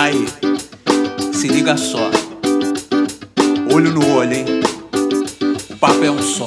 Aí, se liga só. Olho no olho, hein? O papo é um só.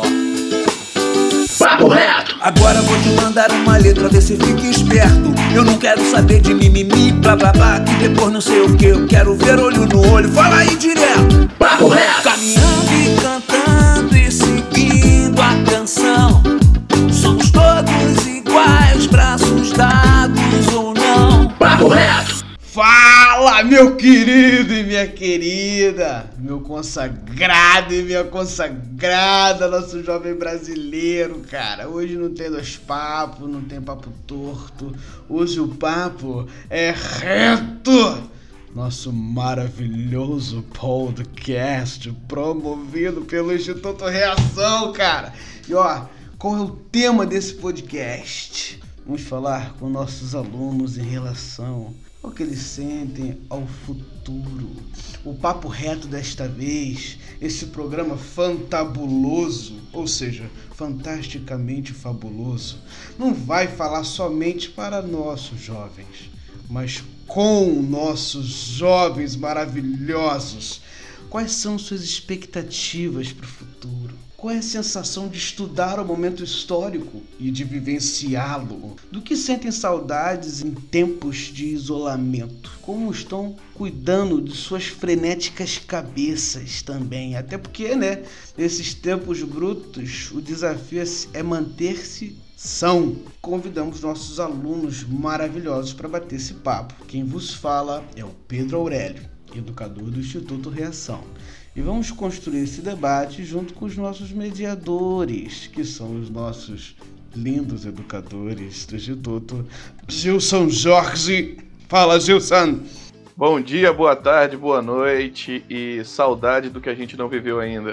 Papo reto! Agora vou te mandar uma letra, vê se fica esperto. Eu não quero saber de mimimi, blá blá blá, que depois não sei o que. Eu quero ver olho no olho, fala aí direto. Papo reto! Caminhando e cantando e seguindo a canção. Somos todos iguais, braços dados ou não. Papo reto! Fala, meu querido e minha querida, meu consagrado e minha consagrada, nosso jovem brasileiro, cara. Hoje não tem dois papos, não tem papo torto, hoje o papo é reto. Nosso maravilhoso podcast promovido pelo Instituto Reação, cara. E ó, qual é o tema desse podcast? Vamos falar com nossos alunos em relação ao que eles sentem ao futuro. O papo reto desta vez, esse programa fantabuloso, ou seja, fantasticamente fabuloso, não vai falar somente para nossos jovens, mas com nossos jovens maravilhosos. Quais são suas expectativas para o futuro? Qual é a sensação de estudar o momento histórico e de vivenciá-lo? Do que sentem saudades em tempos de isolamento? Como estão cuidando de suas frenéticas cabeças também? Até porque, né, nesses tempos brutos, o desafio é manter-se são. Convidamos nossos alunos maravilhosos para bater esse papo. Quem vos fala é o Pedro Aurélio, educador do Instituto Reação. E vamos construir esse debate junto com os nossos mediadores, que são os nossos lindos educadores do Instituto. Gilson Jorge. Fala, Gilson! Bom dia, boa tarde, boa noite e saudade do que a gente não viveu ainda.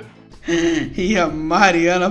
E a Mariana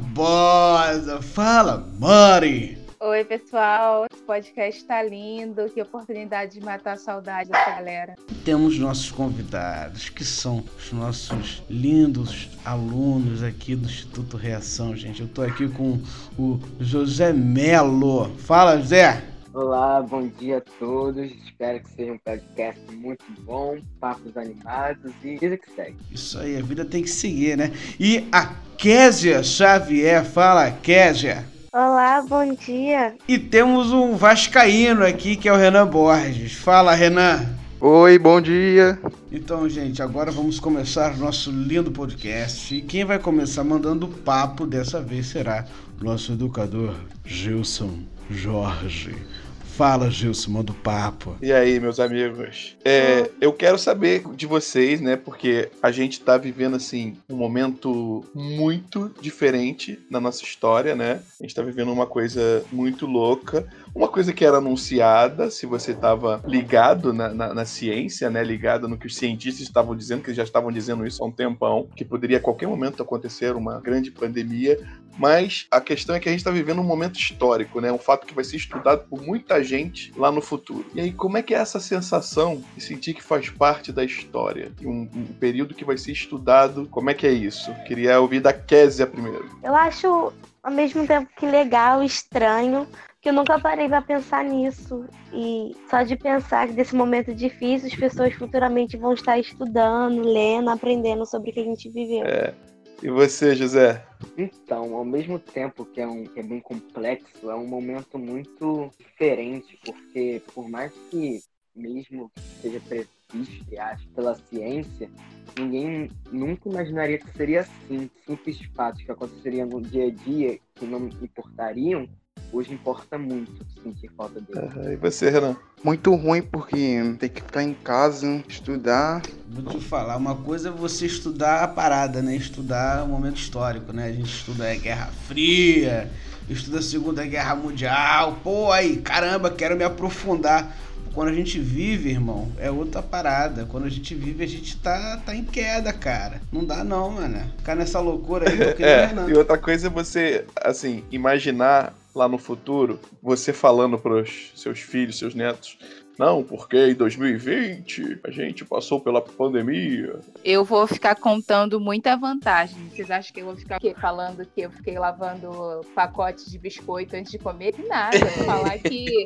Barbosa. Fala, Mari! Oi, pessoal. Esse podcast tá lindo. Que oportunidade de matar a saudade dessa galera. Temos nossos convidados, que são os nossos lindos alunos aqui do Instituto Reação, gente. Eu tô aqui com o José Melo. Fala, José! Olá, bom dia a todos. Espero que seja um podcast muito bom, papos animados e vida que segue. Isso aí, a vida tem que seguir, né? E a Késia Xavier. Fala, Késia! Olá, bom dia. E temos um vascaíno aqui, que é o Renan Borges. Fala, Renan. Oi, bom dia. Então, gente, agora vamos começar o nosso lindo podcast. E quem vai começar mandando papo dessa vez será o nosso educador Gilson Jorge. Fala, Gilson, manda o papo. E aí, meus amigos? Eu quero saber de vocês, né? Porque a gente tá vivendo, assim, um momento muito diferente na nossa história, né? A gente tá vivendo uma coisa muito louca. Uma coisa que era anunciada, se você estava ligado na ciência, né? Ligado no que os cientistas estavam dizendo, que eles já estavam dizendo isso há um tempão, que poderia a qualquer momento acontecer uma grande pandemia. Mas a questão é que a gente está vivendo um momento histórico, né? Um fato que vai ser estudado por muita gente lá no futuro. E aí, como é que é essa sensação de sentir que faz parte da história? Um período que vai ser estudado, como é que é isso? Queria ouvir da Késia primeiro. Eu acho, ao mesmo tempo que legal, estranho, que eu nunca parei pra pensar nisso. E só de pensar que desse momento difícil, as pessoas futuramente vão estar estudando, lendo, aprendendo sobre o que a gente viveu. E você, José? Então, ao mesmo tempo que é bem complexo, é um momento muito diferente, porque por mais que mesmo que seja previsto pela ciência, ninguém nunca imaginaria que seria assim. Simples fatos que aconteceriam no dia a dia, que não importariam, hoje importa muito sentir falta dele. E você, Renan? Muito ruim porque tem que ficar em casa, estudar. Vou te falar, uma coisa é você estudar a parada, né? Estudar o momento histórico, né? A gente estuda a Guerra Fria, estuda a Segunda Guerra Mundial. Pô, aí, caramba, quero me aprofundar. Quando a gente vive, irmão, é outra parada. Quando a gente vive, a gente tá em queda, cara. Não dá não, mano. Ficar nessa loucura aí, eu queria Renan. E outra coisa é você, assim, imaginar lá no futuro, você falando pros seus filhos, seus netos, não, porque em 2020 a gente passou pela pandemia. Eu vou ficar contando muita vantagem. Vocês acham que eu vou ficar falando que eu fiquei lavando pacotes de biscoito antes de comer? Nada. Eu vou falar que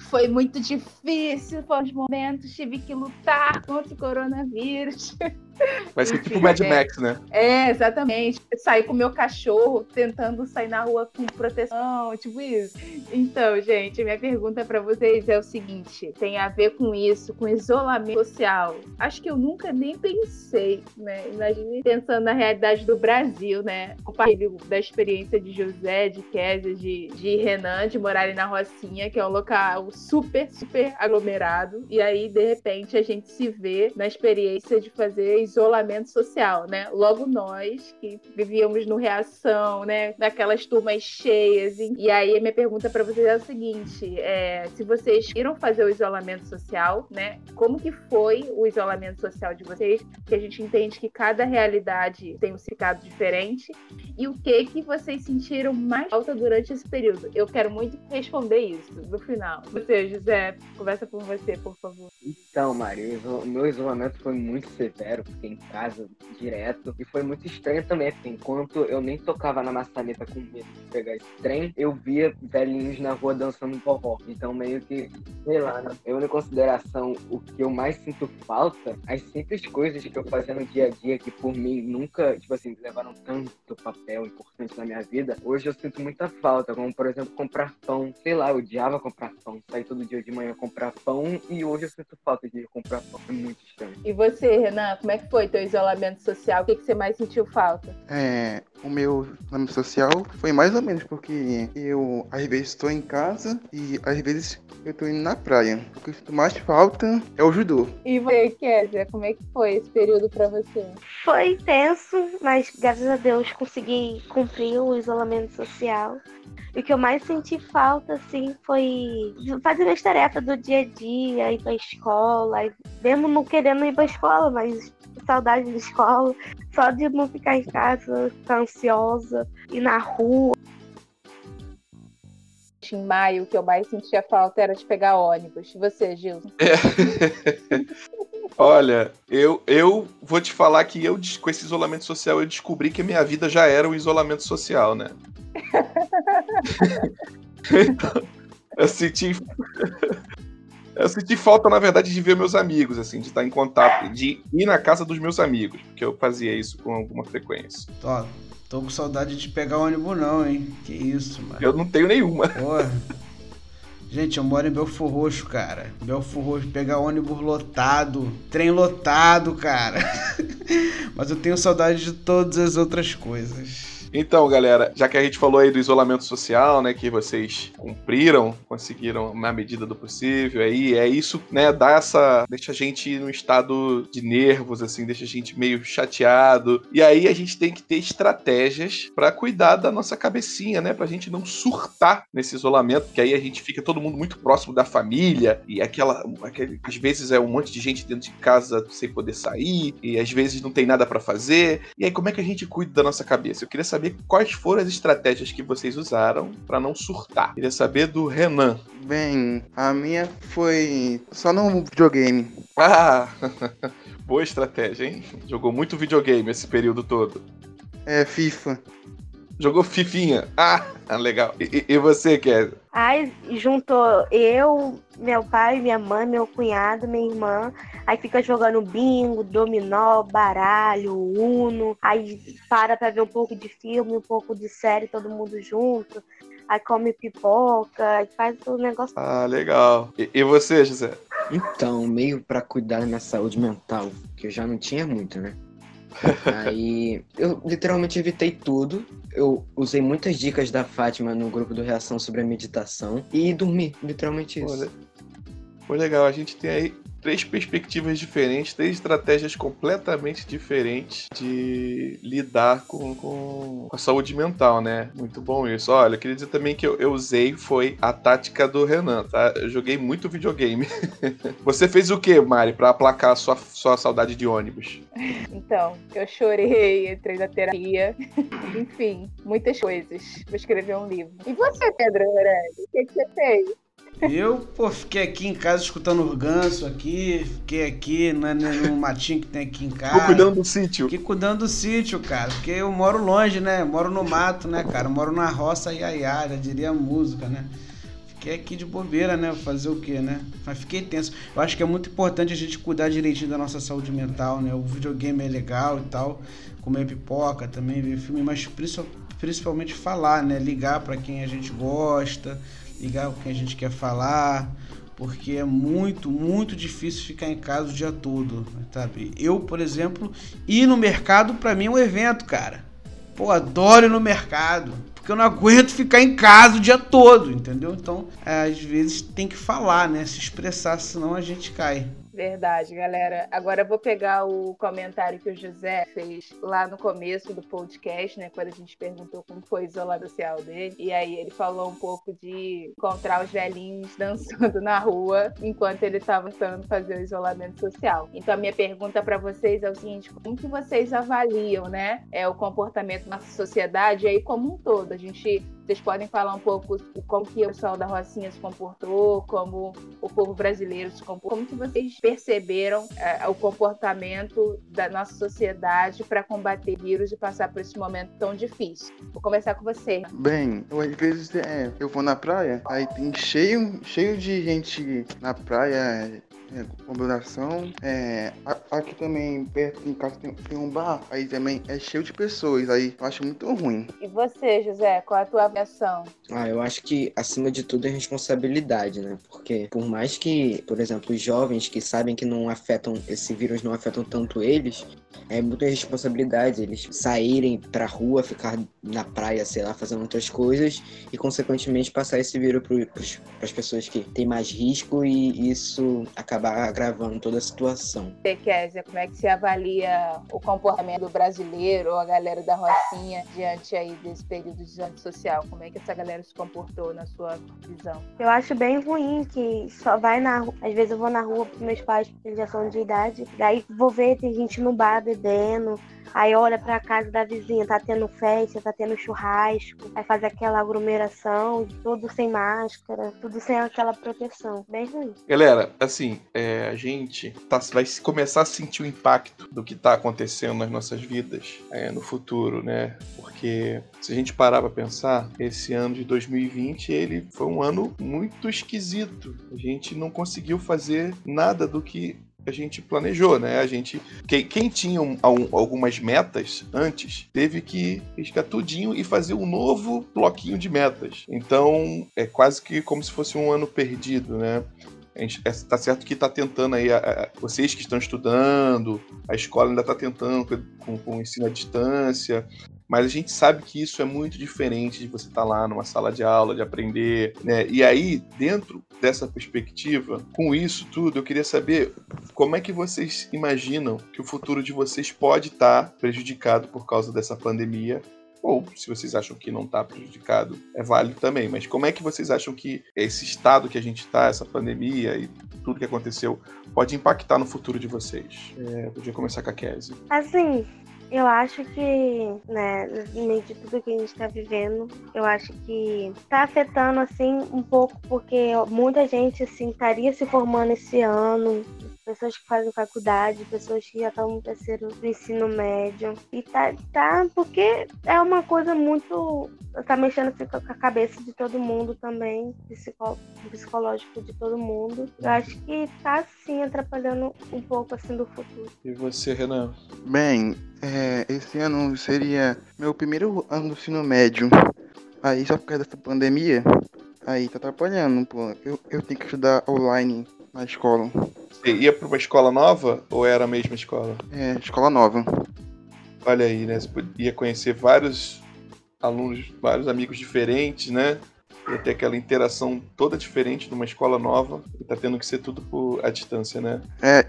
Foi muito difícil, foram os momentos, tive que lutar contra o coronavírus. Vai ser tipo o Mad Max, né? É, exatamente. Sair com o meu cachorro, tentando sair na rua com proteção, tipo isso. Então, gente, minha pergunta pra vocês é o seguinte, tem a ver com isso, com isolamento social. Acho que eu nunca nem pensei, né? Imagine pensando na realidade do Brasil, né? Compartilho da experiência de José, de Kézia, de Renan, de morarem na Rocinha, que é um local super, super aglomerado. E aí, de repente, a gente se vê na experiência de fazer isolamento social, né? Logo nós, que vivíamos no Reação, né? Naquelas turmas cheias. E aí, a minha pergunta para vocês é o seguinte, se vocês iram fazer o isolamento social, né? Como que foi o isolamento social de vocês? Porque a gente entende que cada realidade tem um significado diferente. E o que vocês sentiram mais falta durante esse período? Eu quero muito responder isso no final. Você, José, conversa por você, por favor. Então, Mari, o meu isolamento foi muito severo, fiquei em casa direto. E foi muito estranho também, porque enquanto eu nem tocava na maçaneta com medo de pegar esse trem, eu via velhinhos na rua dançando forró. Então, meio que, sei lá, né? Eu, em consideração, o que eu mais sinto falta, as simples coisas que eu fazia no dia a dia, que por mim nunca, tipo assim, levaram tanto papel importante na minha vida, hoje eu sinto muita falta, como, por exemplo, comprar pão. Sei lá, eu odiava comprar pão, sair todo dia de manhã comprar pão, e hoje eu sinto falta de comprar pão. É muito estranho. E você, Renan, como é que foi teu isolamento social? O que você mais sentiu falta? O meu isolamento social foi mais ou menos, porque eu às vezes estou em casa e às vezes eu estou indo na praia. O que eu sinto mais falta é o judô. E você, Kézia, como é que foi esse período pra você? Foi intenso, mas graças a Deus consegui cumprir o isolamento social. E o que eu mais senti falta, assim, foi fazer as tarefas do dia a dia, ir pra escola, mesmo não querendo ir pra escola, mas saudade da escola, só de não ficar em casa, ficar ansiosa, ir na rua. Em maio, o que eu mais sentia falta era de pegar ônibus. E você, Gilson? Olha, eu vou te falar que com esse isolamento social, eu descobri que a minha vida já era o isolamento social, né? Então, eu senti falta, na verdade, de ver meus amigos, assim, de estar em contato, de ir na casa dos meus amigos, porque eu fazia isso com alguma frequência. Tô com saudade de pegar ônibus não, hein? Que isso, mano. Eu não tenho nenhuma. Porra. Gente, eu moro em Belfor Roxo, cara. Belfor Roxo, pegar ônibus lotado, trem lotado, cara. Mas eu tenho saudade de todas as outras coisas. Então, galera, já que a gente falou aí do isolamento social, né, que vocês conseguiram na medida do possível, aí é isso, né, deixa a gente num estado de nervos, assim, deixa a gente meio chateado, e aí a gente tem que ter estratégias pra cuidar da nossa cabecinha, né, pra gente não surtar nesse isolamento, porque aí a gente fica todo mundo muito próximo da família, e às vezes é um monte de gente dentro de casa sem poder sair, e às vezes não tem nada pra fazer, e aí como é que a gente cuida da nossa cabeça? Eu queria saber quais foram as estratégias que vocês usaram pra não surtar. Queria saber do Renan. Bem, a minha foi só no videogame. Ah, boa estratégia, hein? Jogou muito videogame esse período todo. FIFA. Jogou fifinha. Ah, legal. E você, Kézia? Aí juntou eu, meu pai, minha mãe, meu cunhado, minha irmã. Aí fica jogando bingo, dominó, baralho, uno. Aí para pra ver um pouco de filme, um pouco de série, todo mundo junto. Aí come pipoca, aí faz o negócio. Ah, legal. E você, José? Então, meio pra cuidar da minha saúde mental, que eu já não tinha muito, né? Aí eu literalmente evitei tudo. Eu usei muitas dicas da Fátima no grupo do Reação sobre a meditação e dormi, literalmente isso. Foi legal, a gente tem aí 3 perspectivas diferentes, 3 estratégias completamente diferentes de lidar com a saúde mental, né? Muito bom isso. Olha, eu queria dizer também que eu usei foi a tática do Renan, tá? Eu joguei muito videogame. Você fez o que, Mari, pra aplacar a sua saudade de ônibus? Então, eu chorei, entrei na terapia, enfim, muitas coisas. Vou escrever um livro. E você, Pedro Aurélio, o que você fez? Eu, fiquei aqui em casa escutando o ganso aqui, fiquei aqui no matinho que tem aqui em casa. Ficou cuidando do sítio? Fiquei cuidando do sítio, cara, porque eu moro longe, né? Moro no mato, né, cara? Moro na roça, iaiá, já diria a música, né? Fiquei aqui de bobeira, né? Fazer o quê, né? Mas fiquei tenso. Eu acho que é muito importante a gente cuidar direitinho da nossa saúde mental, né? O videogame é legal e tal, comer pipoca também, ver filme, mas principalmente falar, né? Ligar para quem a gente gosta, ligar com quem a gente quer falar, porque é muito, muito difícil ficar em casa o dia todo, sabe? Eu, por exemplo, ir no mercado para mim é um evento, cara. Pô, adoro ir no mercado, porque eu não aguento ficar em casa o dia todo, entendeu? Então, às vezes tem que falar, né? Se expressar, senão a gente cai. Verdade, galera. Agora eu vou pegar o comentário que o José fez lá no começo do podcast, né? Quando a gente perguntou como foi o isolamento social dele. E aí ele falou um pouco de encontrar os velhinhos dançando na rua enquanto ele estava tentando fazer o isolamento social. Então a minha pergunta para vocês é o seguinte: como que vocês avaliam, né? O comportamento na sociedade aí como um todo? Vocês podem falar um pouco como que o pessoal da Rocinha se comportou, como o povo brasileiro se comportou, como que vocês perceberam o comportamento da nossa sociedade para combater vírus e passar por esse momento tão difícil. Vou começar com você. Bem, às vezes eu vou na praia, aí tem cheio de gente na praia, combinação. Aqui também, perto em casa, tem um bar, aí também é cheio de pessoas, aí eu acho muito ruim. E você, José, qual é a tua avaliação? Eu acho que, acima de tudo, é responsabilidade, né? Porque, por mais que, por exemplo, os jovens que sabem que esse vírus não afetam tanto eles, é muita responsabilidade eles saírem pra rua, ficar na praia, sei lá, fazendo outras coisas e, consequentemente, passar esse vírus pras pessoas que têm mais risco e isso acabar agravando toda a situação. Kézia, como é que você avalia o comportamento do brasileiro ou a galera da Rocinha diante aí desse período de isolamento social? Como é que essa galera se comportou na sua visão? Eu acho bem ruim que só vai na rua. Às vezes eu vou na rua com meus pais, porque eles já são de idade. Daí vou ver, tem gente no bar bebendo. Aí olha pra casa da vizinha, tá tendo festa, tá tendo churrasco. Aí faz aquela aglomeração, tudo sem máscara, tudo sem aquela proteção. Bem ruim. Galera, assim, a gente vai começar a sentir o impacto do que tá acontecendo nas nossas vidas no futuro, né? Porque se a gente parar pra pensar, esse ano de 2020, ele foi um ano muito esquisito. A gente não conseguiu fazer nada do que a gente planejou, né? Quem tinha algumas metas antes, teve que riscar tudinho e fazer um novo bloquinho de metas. Então, é quase que como se fosse um ano perdido, né? Tá certo que tá tentando aí, vocês que estão estudando, a escola ainda tá tentando com o ensino à distância, mas a gente sabe que isso é muito diferente de você estar lá numa sala de aula, de aprender, né? E aí, dentro dessa perspectiva, com isso tudo, eu queria saber como é que vocês imaginam que o futuro de vocês pode estar prejudicado por causa dessa pandemia. Ou, se vocês acham que não está prejudicado, é válido também. Mas como é que vocês acham que esse estado que a gente está, essa pandemia e tudo que aconteceu, pode impactar no futuro de vocês? Podia começar com a Kézia. Assim, eu acho que, né, no meio de tudo que a gente está vivendo, eu acho que está afetando, assim, um pouco, porque muita gente, assim, estaria se formando esse ano, pessoas que fazem faculdade, pessoas que já estão no terceiro do ensino médio. E tá porque é uma coisa muito... Tá mexendo assim, com a cabeça de todo mundo também, psicológico de todo mundo. Eu acho que tá, sim, atrapalhando um pouco, assim, do futuro. E você, Renan? Bem, esse ano seria meu primeiro ano do ensino médio. Aí, só por causa dessa pandemia, aí tá atrapalhando, pô. Eu tenho que estudar online na escola. Você ia para uma escola nova ou era a mesma escola? Escola nova. Olha aí, né? Você ia conhecer vários alunos, vários amigos diferentes, né? Ia ter aquela interação toda diferente numa escola nova e tá tendo que ser tudo à distância, né?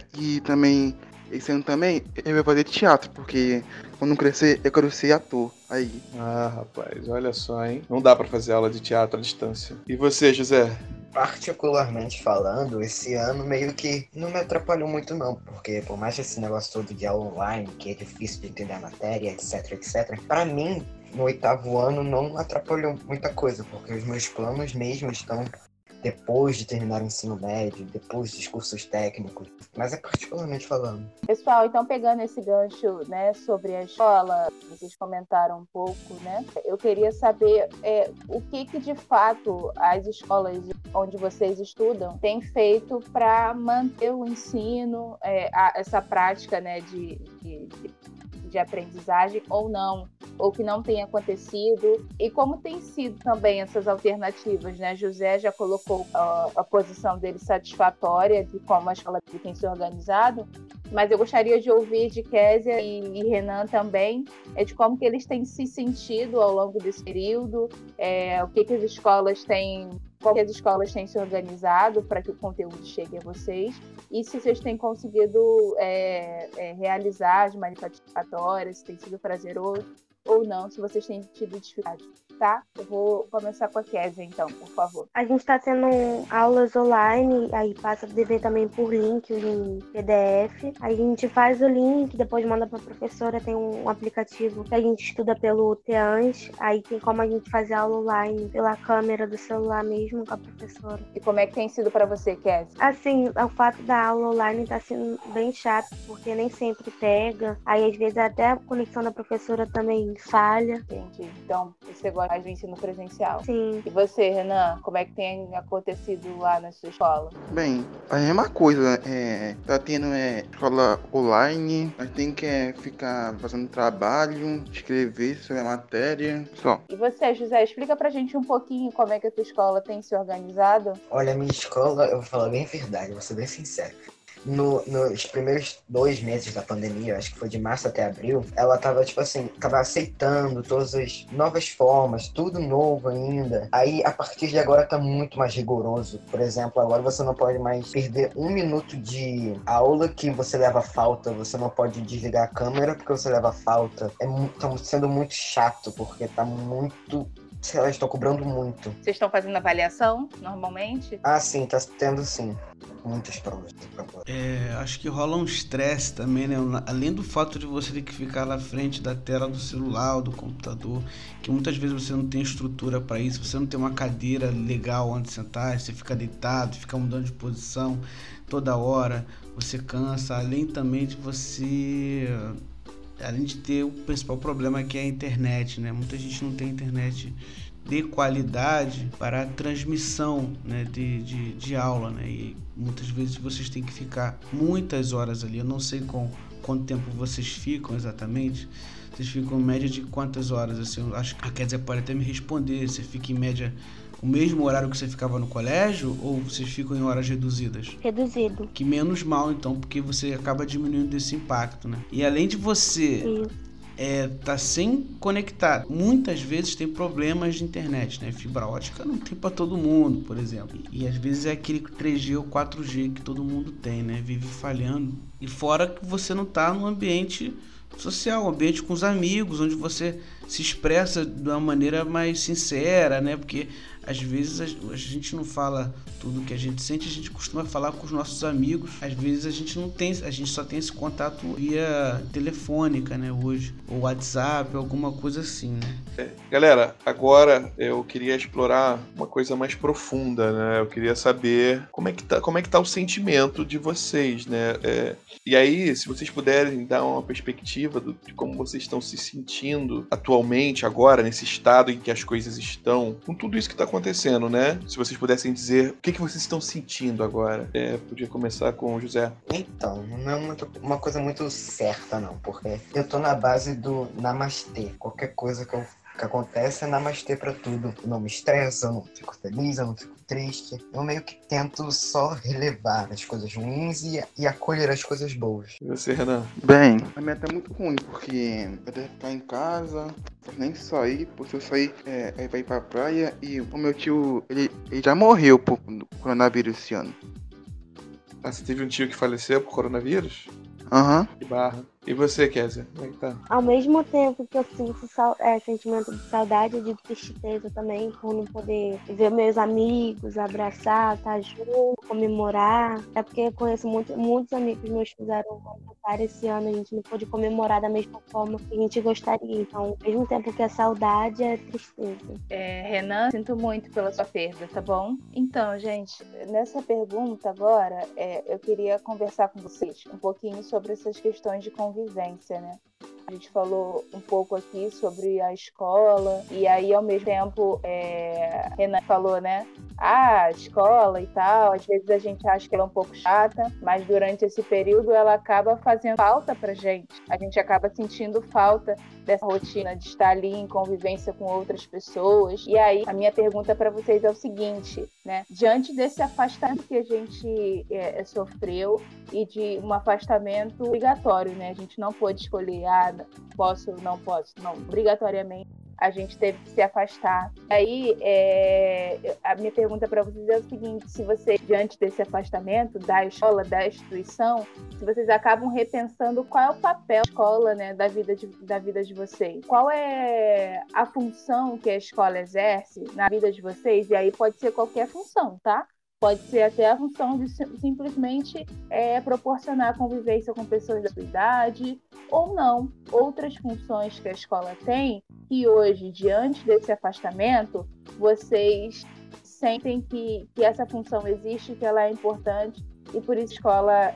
E também, esse ano também, eu vou fazer teatro, porque quando crescer, eu quero ser ator. Aí. Ah, rapaz, olha só, hein? Não dá pra fazer aula de teatro à distância. E você, José? Particularmente falando, esse ano meio que não me atrapalhou muito não, porque por mais que esse negócio todo de aula online, que é difícil de entender a matéria, etc, pra mim, no 8º ano não atrapalhou muita coisa, porque os meus planos mesmo estão depois de terminar o ensino médio, depois dos cursos técnicos, mas é particularmente falando. Pessoal, então pegando esse gancho, né, sobre a escola, vocês comentaram um pouco, né? Eu queria saber o que de fato as escolas onde vocês estudam, têm feito para manter o ensino, essa prática, né, de aprendizagem ou não, ou que não tenha acontecido, e como tem sido também essas alternativas, né? José já colocou a posição dele satisfatória de como a escola tem se organizado, mas eu gostaria de ouvir de Kézia e Renan também, de como que eles têm se sentido ao longo desse período, o que as escolas têm, como que as escolas têm se organizado para que o conteúdo chegue a vocês, e se vocês têm conseguido realizar as manifestações, se tem sido prazeroso ou não, se vocês têm tido dificuldade, tá? Eu vou começar com a Kézia, então, por favor. A gente está tendo aulas online, aí passa a ver também por link, em PDF. Aí a gente faz o link, depois manda para a professora, tem um aplicativo que a gente estuda pelo Teans, aí tem como a gente fazer aula online pela câmera do celular mesmo com a professora. E como é que tem sido para você, Kézia? Assim, o fato da aula online tá sendo bem chato, porque nem sempre pega. Aí às vezes até a conexão da professora também falha. Entendi. Então, você gosta mais do ensino presencial? Sim. E você, Renan, como é que tem acontecido lá na sua escola? Bem, a mesma coisa, tá tendo escola online, a gente tem que ficar fazendo trabalho, escrever sobre a matéria, só. E você, José, explica pra gente um pouquinho como é que a tua escola tem se organizado? Olha, a minha escola, eu vou falar bem a verdade, vou ser bem sincero. Nos primeiros 2 meses da pandemia, acho que foi de março até abril, ela tava, tava aceitando todas as novas formas, tudo novo ainda. Aí, a partir de agora, tá muito mais rigoroso. Por exemplo, agora você não pode mais perder 1 minuto de aula que você leva falta, você não pode desligar a câmera porque você leva falta. Tá sendo muito chato, porque tá muito... Sei lá, estou cobrando muito. Vocês estão fazendo avaliação, normalmente? Ah, sim, tá tendo sim. Muitas provas. Acho que rola um estresse também, né? Além do fato de você ter que ficar na frente da tela do celular ou do computador, que muitas vezes você não tem estrutura para isso, você não tem uma cadeira legal onde sentar, você fica deitado, fica mudando de posição toda hora, você cansa, além também de você... Além de ter o principal problema que é a internet, né? Muita gente não tem internet de qualidade para a transmissão, né, de aula, né? E muitas vezes vocês têm que ficar muitas horas ali. Eu não sei quanto tempo vocês ficam exatamente. Vocês ficam em média de quantas horas? Assim, eu acho que a Kézia pode até me responder. Você fica em média o mesmo horário que você ficava no colégio ou vocês ficam em horas reduzidas? Reduzido. Que menos mal, então, porque você acaba diminuindo esse impacto, né? E além de você tá sem conectar, muitas vezes tem problemas de internet, né? Fibra ótica não tem para todo mundo, por exemplo. E às vezes é aquele 3G ou 4G que todo mundo tem, né? Vive falhando. E fora que você não tá num ambiente social, um ambiente com os amigos, onde você se expressa de uma maneira mais sincera, né? Porque às vezes a gente não fala tudo o que a gente sente, a gente costuma falar com os nossos amigos. Às vezes a gente só tem esse contato via telefônica, né, hoje, ou WhatsApp, alguma coisa assim, né? Galera, agora eu queria explorar uma coisa mais profunda, né? Eu queria saber como é que tá o sentimento de vocês, né? E aí, se vocês puderem dar uma perspectiva de como vocês estão se sentindo atualmente, agora, nesse estado em que as coisas estão, com tudo isso que está acontecendo, né? Se vocês pudessem dizer o que vocês estão sentindo agora. Podia começar com o José. Então, não é uma coisa muito certa, não, porque eu tô na base do namastê. Qualquer coisa que acontece é namastê pra tudo. Eu não me estresso, eu não fico feliz, eu não fico triste. Eu meio que tento só relevar as coisas ruins e acolher as coisas boas. E você, Renan? Bem, a minha tá muito ruim, porque eu devo ficar em casa, nem sair, porque se eu sair, vai ir pra praia, e o meu tio, ele já morreu por coronavírus esse ano. Ah, você teve um tio que faleceu por coronavírus? Aham. Que barra. E você, Kézia? Como é que tá? Ao mesmo tempo que eu sinto sentimento de saudade e de tristeza também, por não poder ver meus amigos, abraçar, estar junto, comemorar. É porque eu conheço muitos amigos meus que fizeram aniversário esse ano, a gente não pôde comemorar da mesma forma que a gente gostaria. Então, ao mesmo tempo que a saudade, é tristeza. Renan, sinto muito pela sua perda, tá bom? Então, gente, nessa pergunta agora, eu queria conversar com vocês um pouquinho sobre essas questões de convivência, né? A gente falou um pouco aqui sobre a escola, e aí, ao mesmo tempo, Renan falou, né? A escola e tal, às vezes a gente acha que ela é um pouco chata, mas durante esse período ela acaba fazendo falta pra gente. A gente acaba sentindo falta dessa rotina de estar ali em convivência com outras pessoas. E aí, a minha pergunta para vocês é o seguinte, né? Diante desse afastamento que a gente sofreu e de um afastamento obrigatório, né? A gente não pôde escolher, posso, não, obrigatoriamente. A gente teve que se afastar. Aí, a minha pergunta para vocês é o seguinte: se vocês, diante desse afastamento da escola, da instituição, se vocês acabam repensando qual é o papel da escola, né, da vida de vocês. Qual é a função que a escola exerce na vida de vocês? E aí pode ser qualquer função, tá? Pode ser até a função de simplesmente proporcionar convivência com pessoas da sua idade, ou não. Outras funções que a escola tem, que hoje, diante desse afastamento, vocês sentem que essa função existe, que ela é importante, e por isso a escola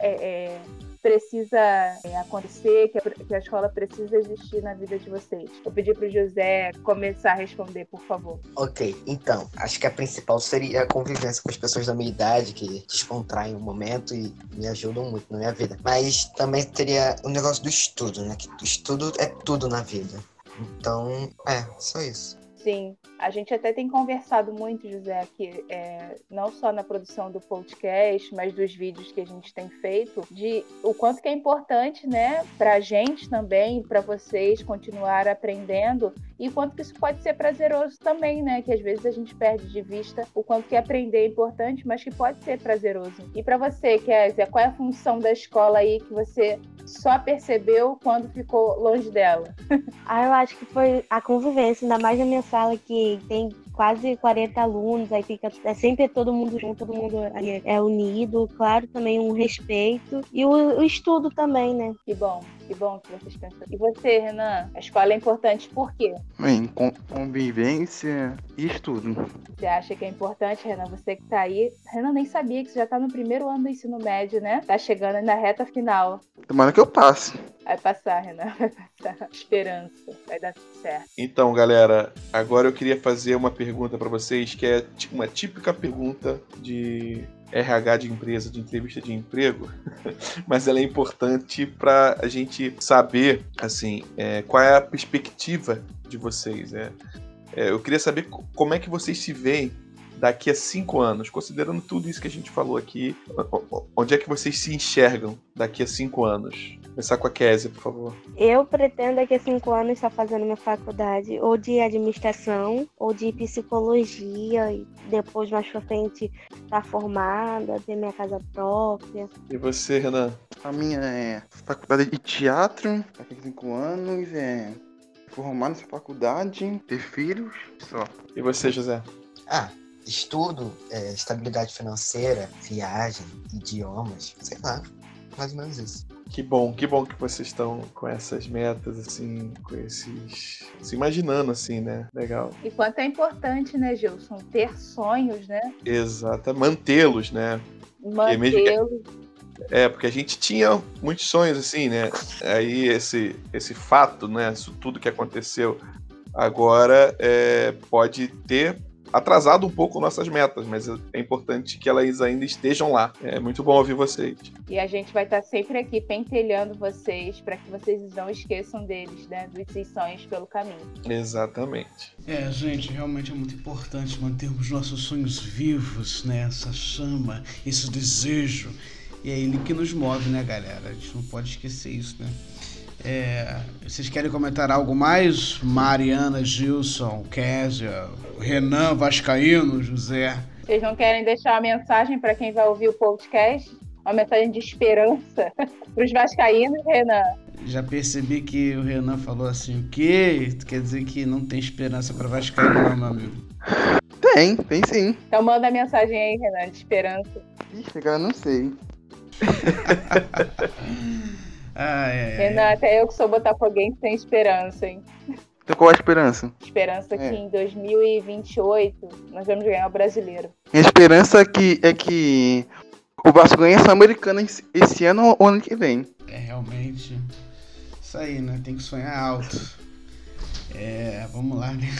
precisa acontecer, que a escola precisa existir na vida de vocês. Vou pedir para o José começar a responder, por favor. Ok, então, acho que a principal seria a convivência com as pessoas da minha idade, que descontraem o momento e me ajudam muito na minha vida. Mas também teria o negócio do estudo, né? Que o estudo é tudo na vida. Então, só isso. Sim, a gente até tem conversado muito, José, aqui, não só na produção do podcast, mas dos vídeos que a gente tem feito, de o quanto que é importante, né, pra gente também, pra vocês continuar aprendendo, e o quanto que isso pode ser prazeroso também, né, que às vezes a gente perde de vista o quanto que aprender é importante, mas que pode ser prazeroso. E pra você, Kézia, qual é a função da escola aí que você só percebeu quando ficou longe dela? Eu acho que foi a convivência, ainda mais na minha sala que tem quase 40 alunos, aí fica sempre todo mundo junto, todo mundo é unido, claro, também um respeito e o estudo também, né? Que bom que vocês pensam. E você, Renan? A escola é importante por quê? Bem, convivência e estudo. Você acha que é importante, Renan? Você que tá aí. Renan nem sabia que você já tá no primeiro ano do ensino médio, né? Tá chegando na reta final. Tomara que eu passe. Vai passar, Renan. Vai passar. Esperança. Vai dar tudo certo. Então, galera, agora eu queria fazer uma pergunta para vocês, que é uma típica pergunta de RH de empresa, de entrevista de emprego, mas ela é importante para a gente saber, assim, qual é a perspectiva de vocês. Eu queria saber como é que vocês se veem daqui a 5 anos, considerando tudo isso que a gente falou aqui, onde é que vocês se enxergam daqui a 5 anos? Começar com a Kézia, por favor. Eu pretendo daqui a 5 anos estar fazendo minha faculdade ou de administração ou de psicologia e depois mais pra frente estar formada, ter minha casa própria. E você, Renan? A minha é faculdade de teatro, daqui a 5 anos, formar nessa faculdade, ter filhos, só. E você, José? Estudo, estabilidade financeira, viagem, idiomas, sei lá, mais ou menos isso. Que bom que vocês estão com essas metas, assim, com esses... se imaginando, assim, né? Legal. E quanto é importante, né, Gilson? Ter sonhos, né? Exato, mantê-los, né? Mantê-los. Porque a gente tinha muitos sonhos, assim, né? Aí esse fato, né? Isso tudo que aconteceu agora pode ter atrasado um pouco nossas metas, mas é importante que elas ainda estejam lá. É muito bom ouvir vocês. E a gente vai estar sempre aqui pentelhando vocês para que vocês não esqueçam deles, né? Dos sonhos pelo caminho. Exatamente. Gente, realmente é muito importante mantermos nossos sonhos vivos, né? Essa chama, esse desejo. E é ele que nos move, né, galera? A gente não pode esquecer isso, né? Vocês querem comentar algo mais? Mariana, Gilson, Kézia, Renan, Vascaíno, José. Vocês não querem deixar uma mensagem para quem vai ouvir o podcast? Uma mensagem de esperança para os vascaínos, Renan? Já percebi que o Renan falou assim, o quê? Quer dizer que não tem esperança para vascaíno, não, meu amigo? Tem sim. Então manda a mensagem aí, Renan, de esperança. Ixi, agora não sei. Renan, até eu que sou botafoguense tenho esperança, hein? Então qual a esperança? Esperança que em 2028 nós vamos ganhar o Brasileiro. Minha esperança é que o Vasco ganhe a Sul-Americana esse ano ou ano que vem. Realmente, Isso aí, né? Tem que sonhar alto. Vamos lá, né?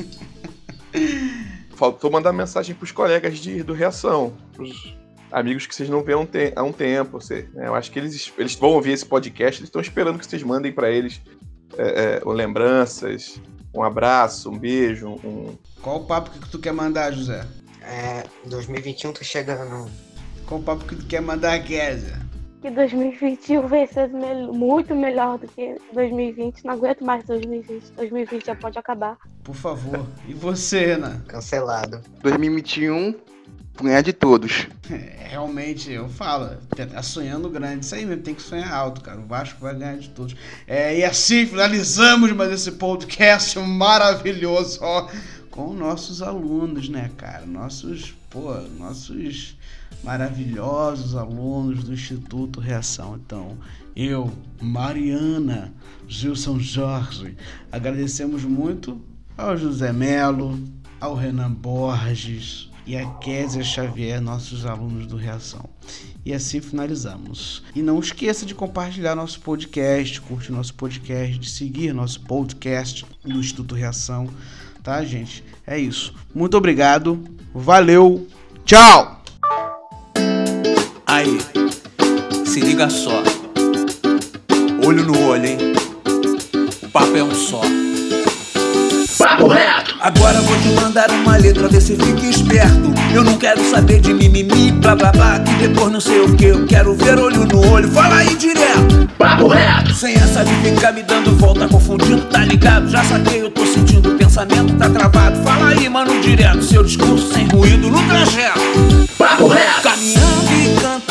Faltou mandar mensagem pros colegas do Reação, pros amigos que vocês não veem há um tempo. Eu acho que eles vão ouvir esse podcast, eles estão esperando que vocês mandem pra eles lembranças, um abraço, um beijo. Qual o papo que tu quer mandar, José? 2021 tá chegando. Qual o papo que tu quer mandar, Kézia? Que 2021 vai ser muito melhor do que 2020. Não aguento mais 2020. 2020 já pode acabar. Por favor. E você, Renan? Cancelado. 2021, ganhar de todos. Realmente, eu falo, tá sonhando grande. Isso aí mesmo, tem que sonhar alto, cara. O Vasco vai ganhar de todos. E assim finalizamos mais esse podcast maravilhoso, com nossos alunos, né, cara? Nossos maravilhosos alunos do Instituto Reação. Então, eu, Mariana, Gilson Jorge, agradecemos muito ao José Melo, ao Renan Borges e a Kézia Xavier, nossos alunos do Reação. E assim finalizamos. E não esqueça de compartilhar nosso podcast, curtir nosso podcast, de seguir nosso podcast no Instituto Reação, tá, gente? É isso. Muito obrigado. Valeu. Tchau! Aí, se liga só. Olho no olho, hein? O papo é um só. Papo reto! Agora vou te mandar uma letra, vê se fica esperto. Eu não quero saber de mimimi, blá blá blá, que depois não sei o que. Eu quero ver olho no olho, fala aí direto. Papo reto! Sem essa de ficar me dando volta, confundindo, tá ligado? Já saquei, eu tô sentindo, o pensamento tá travado. Fala aí, mano, direto, seu discurso sem ruído no trajeto. Papo reto! Caminhando e cantando